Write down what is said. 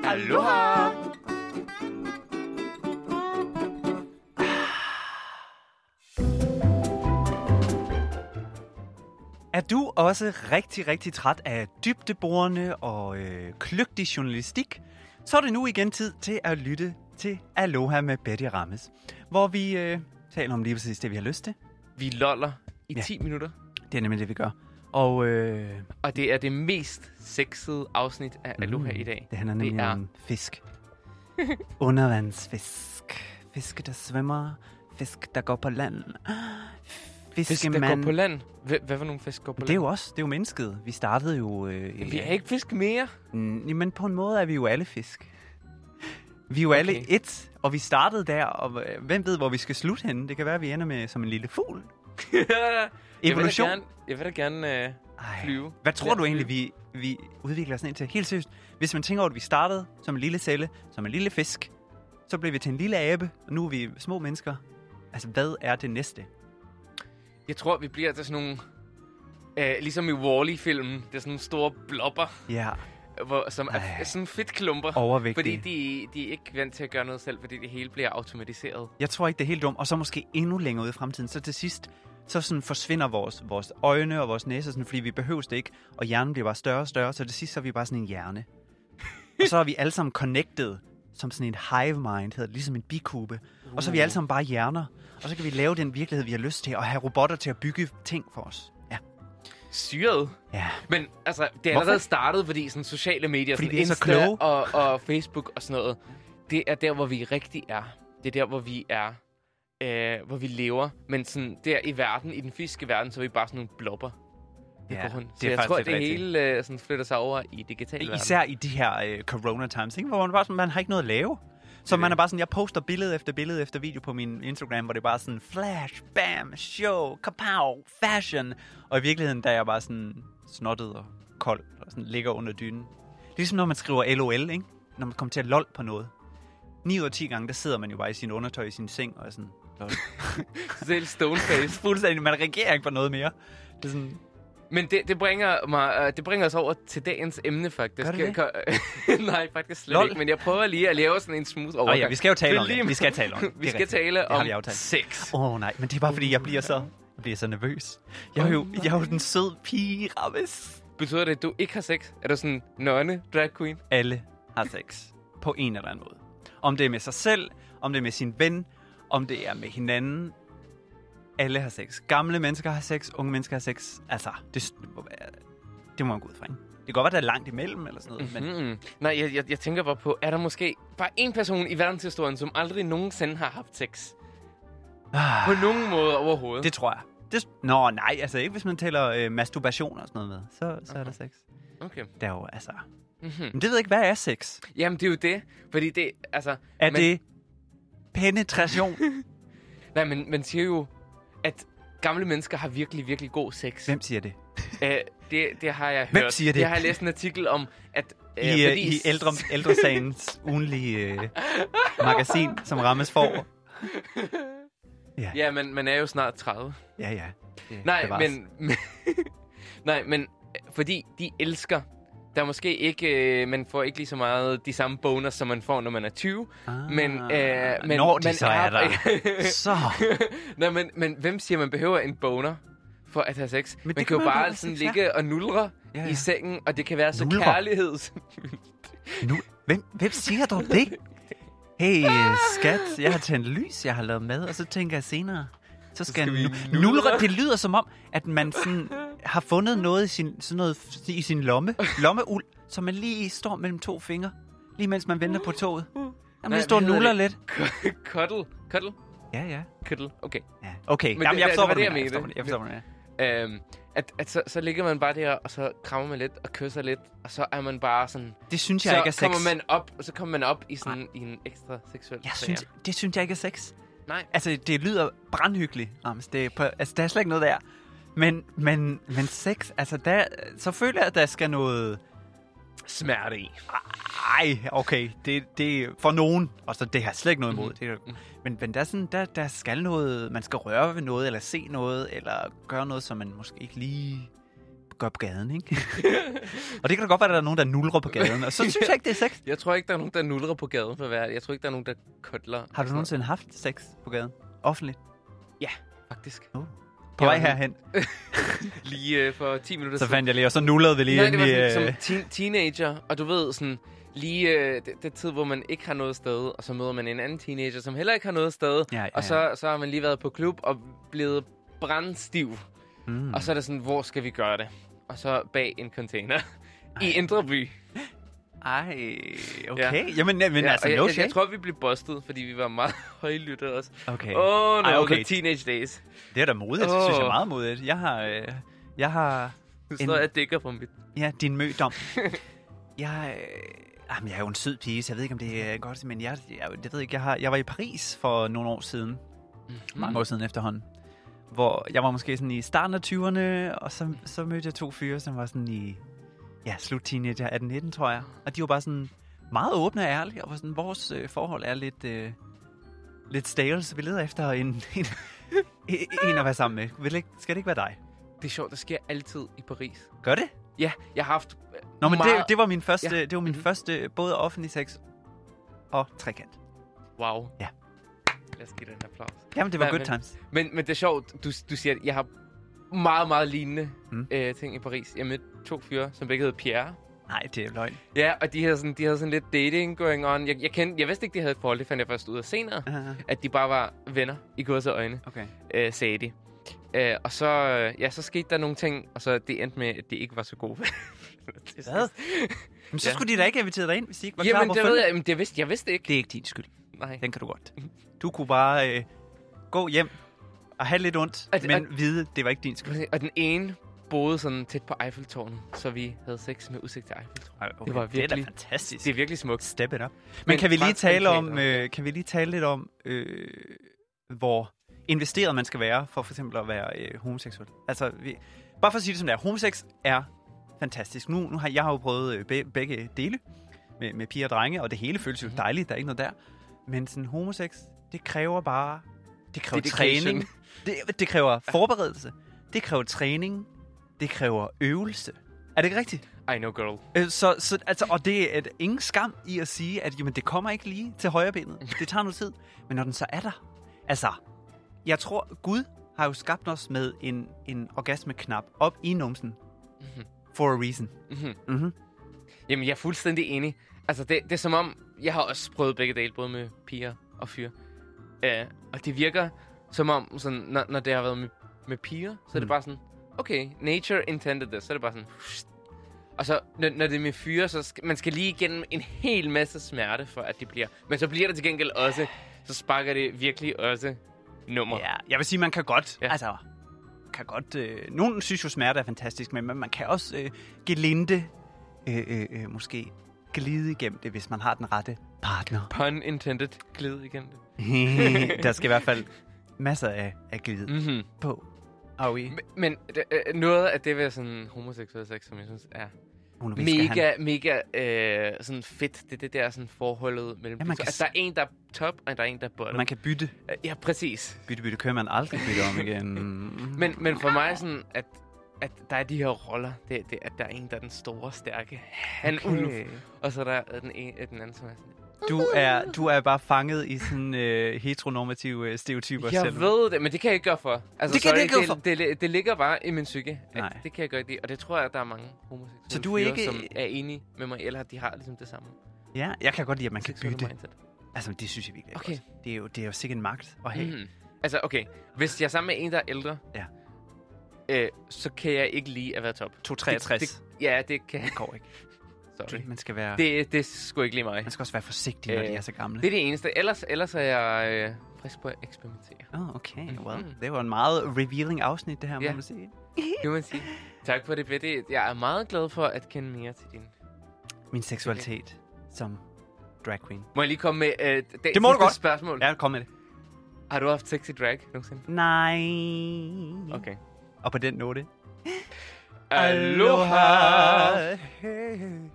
Aloha! Er du også rigtig, rigtig træt af dybdeborende og kløgtig journalistik, så er det nu igen tid til at lytte til Aloha med Betty Rammes, hvor vi taler om lige præcis det, vi har lyst til. Vi loller i 10 minutter. Det er nemlig det, vi gør. Og det er det mest sexede afsnit af Aloha i dag. Det handler nemlig om fisk. Undervandsfisk. Fisk, der svømmer. Fisk, der går på land. Fisk, der går på land? Hvad for nogle fisk går på land? Det er jo mennesket. Vi startede jo... vi er ikke fisk mere. Men på en måde er vi jo alle fisk. Vi er jo alle et, og vi startede der, og hvem ved, hvor vi skal slutte henne? Det kan være, at vi ender med som en lille fugl. Evolution. Jeg vil da gerne flyve. Hvad tror du egentlig, vi udvikler os ind til? Helt seriøst. Hvis man tænker over, at vi startede som en lille celle, som en lille fisk, så blev vi til en lille abe, og nu er vi små mennesker. Altså, hvad er det næste? Jeg tror, vi bliver til sådan nogle... ligesom i Wall-E-filmen. Det er sådan nogle store blobber. Ja. Som er sådan fedtklumper. Overvægtige. Fordi de er ikke vant til at gøre noget selv, fordi det hele bliver automatiseret. Jeg tror ikke, det er helt dumt. Og så måske endnu længere ude i fremtiden. Så til sidst, så sådan forsvinder vores øjne og vores næse, sådan, fordi vi behøver det ikke. Og hjernen bliver bare større og større. Så til sidst, så er vi bare sådan en hjerne. Og så er vi alle sammen connected, som sådan en hive mind, hedder det, ligesom en bikube. Og så er vi alle sammen bare hjerner. Og så kan vi lave den virkelighed, vi har lyst til, og have robotter til at bygge ting for os. Ja. Syret. Ja. Men altså, det er allerede startet, fordi sådan sociale medier, fordi sådan vi er så kloge. Og Facebook og sådan noget, det er der, hvor vi rigtig er. Det er der, hvor vi er, hvor vi lever. Men sådan der i verden, i den fysiske verden, så er vi bare sådan nogle blobber. Ja, så jeg tror, det hele sådan flytter sig over i digital verden. Især i de her corona times, ikke? Hvor man bare sådan, man har ikke noget at lave. Så man er bare sådan, jeg poster billede efter billede efter video på min Instagram, hvor det er bare sådan, flash, bam, show, kapow, fashion. Og i virkeligheden, der er jeg bare sådan snottet og kold, og sådan ligger under dynen. Det er ligesom, når man skriver LOL, ikke? Når man kommer til at lol på noget. 9 ud af 10 gange, der sidder man jo bare i sin undertøj i sin seng, og er sådan, lol. Selv stoneface. Fuldstændig, man reagerer ikke på noget mere. Det er sådan... Men det bringer os over til dagens emne, faktisk. Gør det det? Nej, faktisk slet ikke. Men jeg prøver lige at lave sådan en smooth overgang. Ja, vi skal jo tale om det. Vi skal tale om det. Vi skal tale om sex. Nej, men det er bare fordi, jeg bliver så nervøs. Jeg er jo den søde pige, Rammes. Betyder det, at du ikke har sex? Er du sådan nonne, drag queen? Alle har sex. På en eller anden måde. Om det er med sig selv, om det er med sin ven, om det er med hinanden. Alle har sex. Gamle mennesker har sex, unge mennesker har sex. Altså, det må man gå ud fra, ikke? Det kan godt være, der er langt imellem, eller sådan noget. Men... Nej, jeg tænker bare på, er der måske bare en person i verdenshistorien, som aldrig nogensinde har haft sex? På nogen måde overhovedet? Det tror jeg. Nej, altså ikke hvis man tæller masturbation og sådan noget med. Så er der sex. Okay. Det er jo, altså... Men det ved jeg ikke, hvad er sex? Jamen, det er jo det. Fordi det, altså... Det penetration? Nej, men man siger jo, at gamle mennesker har virkelig, virkelig god sex. Hvem siger det? Det har jeg hørt. Hvem siger det? Jeg har læst en artikel om, at... I ældresagens ugenlige magasin, som Rammes får. Ja, men man er jo snart 30. Ja. Nej, men fordi de elsker... Der er måske ikke... man får ikke lige så meget de samme bonus, som man får, når man er 20. Men når de så er der. Så. Nej, men hvem siger, man behøver en boner for at have sex? Man kan jo bare sådan ligge og nulre i sengen, og det kan være så kærligheds... Hvem siger du det? Hey, skat, jeg har tændt lys, jeg har lavet mad, og så tænker jeg senere... Så skal nulre. Det lyder som om, at man sådan har fundet noget i sin lommeuld, så man lige står mellem 2 fingre, lige mens man venter på toget. Jamen, lige står og nuller lidt. Cuddle? Ja. Cuddle, okay. Ja. Okay, men jeg forstår, det, jeg forstår, at så ligger man bare der, og så krammer man lidt og kysser lidt, og så er man bare sådan... Det synes jeg ikke er sex. Så kommer man op i sådan i en ekstra seksuel sfære. Det synes jeg ikke er sex. Nej. Altså, det lyder brandhyggeligt, Rammes. Der er slet ikke noget der. Men sex, altså, så føler jeg, at der skal noget... smerte i. Ej, okay. Det for nogen. Og så det har slet ikke noget imod. Men der er sådan, der skal noget... Man skal røre ved noget, eller se noget, eller gøre noget, som man måske ikke lige gør på gaden, ikke? Og det kan da godt være, at der er nogen, der nulrer på gaden. Og så synes jeg ikke, det er sex. Jeg tror ikke, der er nogen, der nulrer på gaden for at være. Jeg tror ikke, der er nogen, der kotler. Har du nogensinde haft sex på gaden? Offentligt? Ja, faktisk. På vej herhen. Lige for 10 minutter Så fandt jeg lige, og så nullede vi lige ind i... det var som teenager, og du ved, sådan lige det tid, hvor man ikke har noget sted, og så møder man en anden teenager, som heller ikke har noget sted, og så har man lige været på klub og blevet brandstiv. Og så er det sådan, hvor skal vi gøre det? Og så bag en container i Indre By. Ej, okay. Jamen altså, no shit. Jeg tror, vi blev bustet, fordi vi var meget højlytte også. Okay. Okay. Teenage days. Det er da modigt, synes jeg er meget modigt. Jeg har... Nu står jeg dækker på mit... Ja, din mødom. Jeg er jo en sød pige, så jeg ved ikke, om det er godt, men jeg ved ikke, jeg var i Paris for nogle år siden. Mange år siden efterhånden. Hvor jeg var måske sådan i starten af 20'erne, og så mødte jeg 2 fyre, som var sådan i... Ja, slut teenager, 18-19, tror jeg. Og de var bare sådan meget åbne og ærlige, og var sådan, vores forhold er lidt stale, så vi leder efter en at være sammen med. Skal det ikke være dig? Det er sjovt, der sker altid i Paris. Gør det? Ja, jeg har haft Nå, men det var min første, det var min første både offentlig sex og trekant. Wow. Ja. Lad os give dig en applaus. Jamen, det var good times. Men det er sjovt, du siger, at jeg har meget, meget lignende ting i Paris. Jeg mødte 2 fyre, som begge hed Pierre. Nej, det er løgn. Ja, og de havde sådan lidt dating going on. Jeg vidste ikke, de havde et forhold. Det fandt jeg først ud af senere. At de bare var venner i gods og øjne, sagde de. Og så skete der nogle ting, og så det endte med, at de ikke var så gode. Hvad? Men så skulle de da ikke invitere dig ind, hvis de ikke var klar på det ved jeg. Men jeg vidste ikke. Det er ikke din skyld. Nej. Den kan du godt. Du kunne bare gå hjem og have lidt ondt, men vide, det var ikke din skyld. Og den ene boede sådan tæt på Eiffeltårnet, så vi havde sex med udsigt til Eiffeltårnet. Okay. Det var virkelig, det er da fantastisk. Det er virkelig smukt. Step it up. Men kan vi lige tale lidt om, hvor investeret man skal være for eksempel at være homoseksuel? Altså, bare for at sige det som det er. Homosex er fantastisk. Nu har jeg jo prøvet begge dele med piger og drenge, og det hele føles jo dejligt. Der er ikke noget der. Men sådan homosex, det kræver bare... Det kræver træning. Det kræver forberedelse. Det kræver træning. Det kræver øvelse. Er det ikke rigtigt? I know, girl. Og det er ingen skam i at sige, at jamen, det kommer ikke lige til højrebenet. Det tager noget tid. Men når den så er der... Altså, jeg tror, Gud har jo skabt os med en orgasmeknap op i numsen. For a reason. Jamen, jeg er fuldstændig enig. Altså, det er som om... Jeg har også prøvet begge dele, både med piger og fyre. Og det virker som om, sådan, når det har været med piger, så er det bare sådan, okay, nature intended this. Så er det bare sådan... Og så, når det er med fyre, så man skal lige igennem en hel masse smerte, for at det bliver... Men så bliver det til gengæld også... Så sparker det virkelig også nummer. Ja, jeg vil sige, man kan godt... Ja. Altså, nogen synes jo, smerte er fantastisk, men man kan også gelinde... måske glide igennem det, hvis man har den rette partner. Pun intended, glide igennem det. Der skal i hvert fald masser af glide på. Men noget af det ved sådan homoseksuel sex, som jeg synes er mega sådan fedt, det er det der sådan forholdet mellem der er en, der er top, og der er en, der er bottom. Man kan bytte. Ja, præcis. Bytte kører man aldrig bytte om igen. men for mig sådan, at der er de her roller, at der er en, der er den store, stærke han-ulv, og så der er den anden, som er sådan... Du er bare fanget i sådan heteronormative stereotyper. Jeg ved det, men det kan jeg ikke gøre for. Altså, det kan jeg ikke gøre for. Det ligger bare i min psyke. Det kan jeg gøre det, og det tror jeg, at der er mange homoseksuelle fyre, som er enige med mig, eller de har ligesom det samme. Ja, jeg kan godt lide, at man kan bytte. Altså, det synes jeg virkelig er godt. Det er jo sikkert en magt at have. Altså, okay. Hvis jeg er sammen med en, der er ældre, så kan jeg ikke lide at være top. 263. Ja, det kan det går ikke. Sorry. Man skal være... Det skulle ikke lige mig. Man skal også være forsigtig, når de er så gamle. Det er det eneste. Ellers er jeg frisk på at eksperimentere. Okay. Well, det var en meget revealing afsnit, det her, må man sige. Det må man sige. Tak for det, Betty. Jeg er meget glad for at kende mere til min seksualitet som drag queen. Må jeg lige komme med det må du godt. Spørgsmål? Ja, kom med det. Har du haft sex i drag nogensinde? Nej. Okay. Og på den note... Aloha! Hey.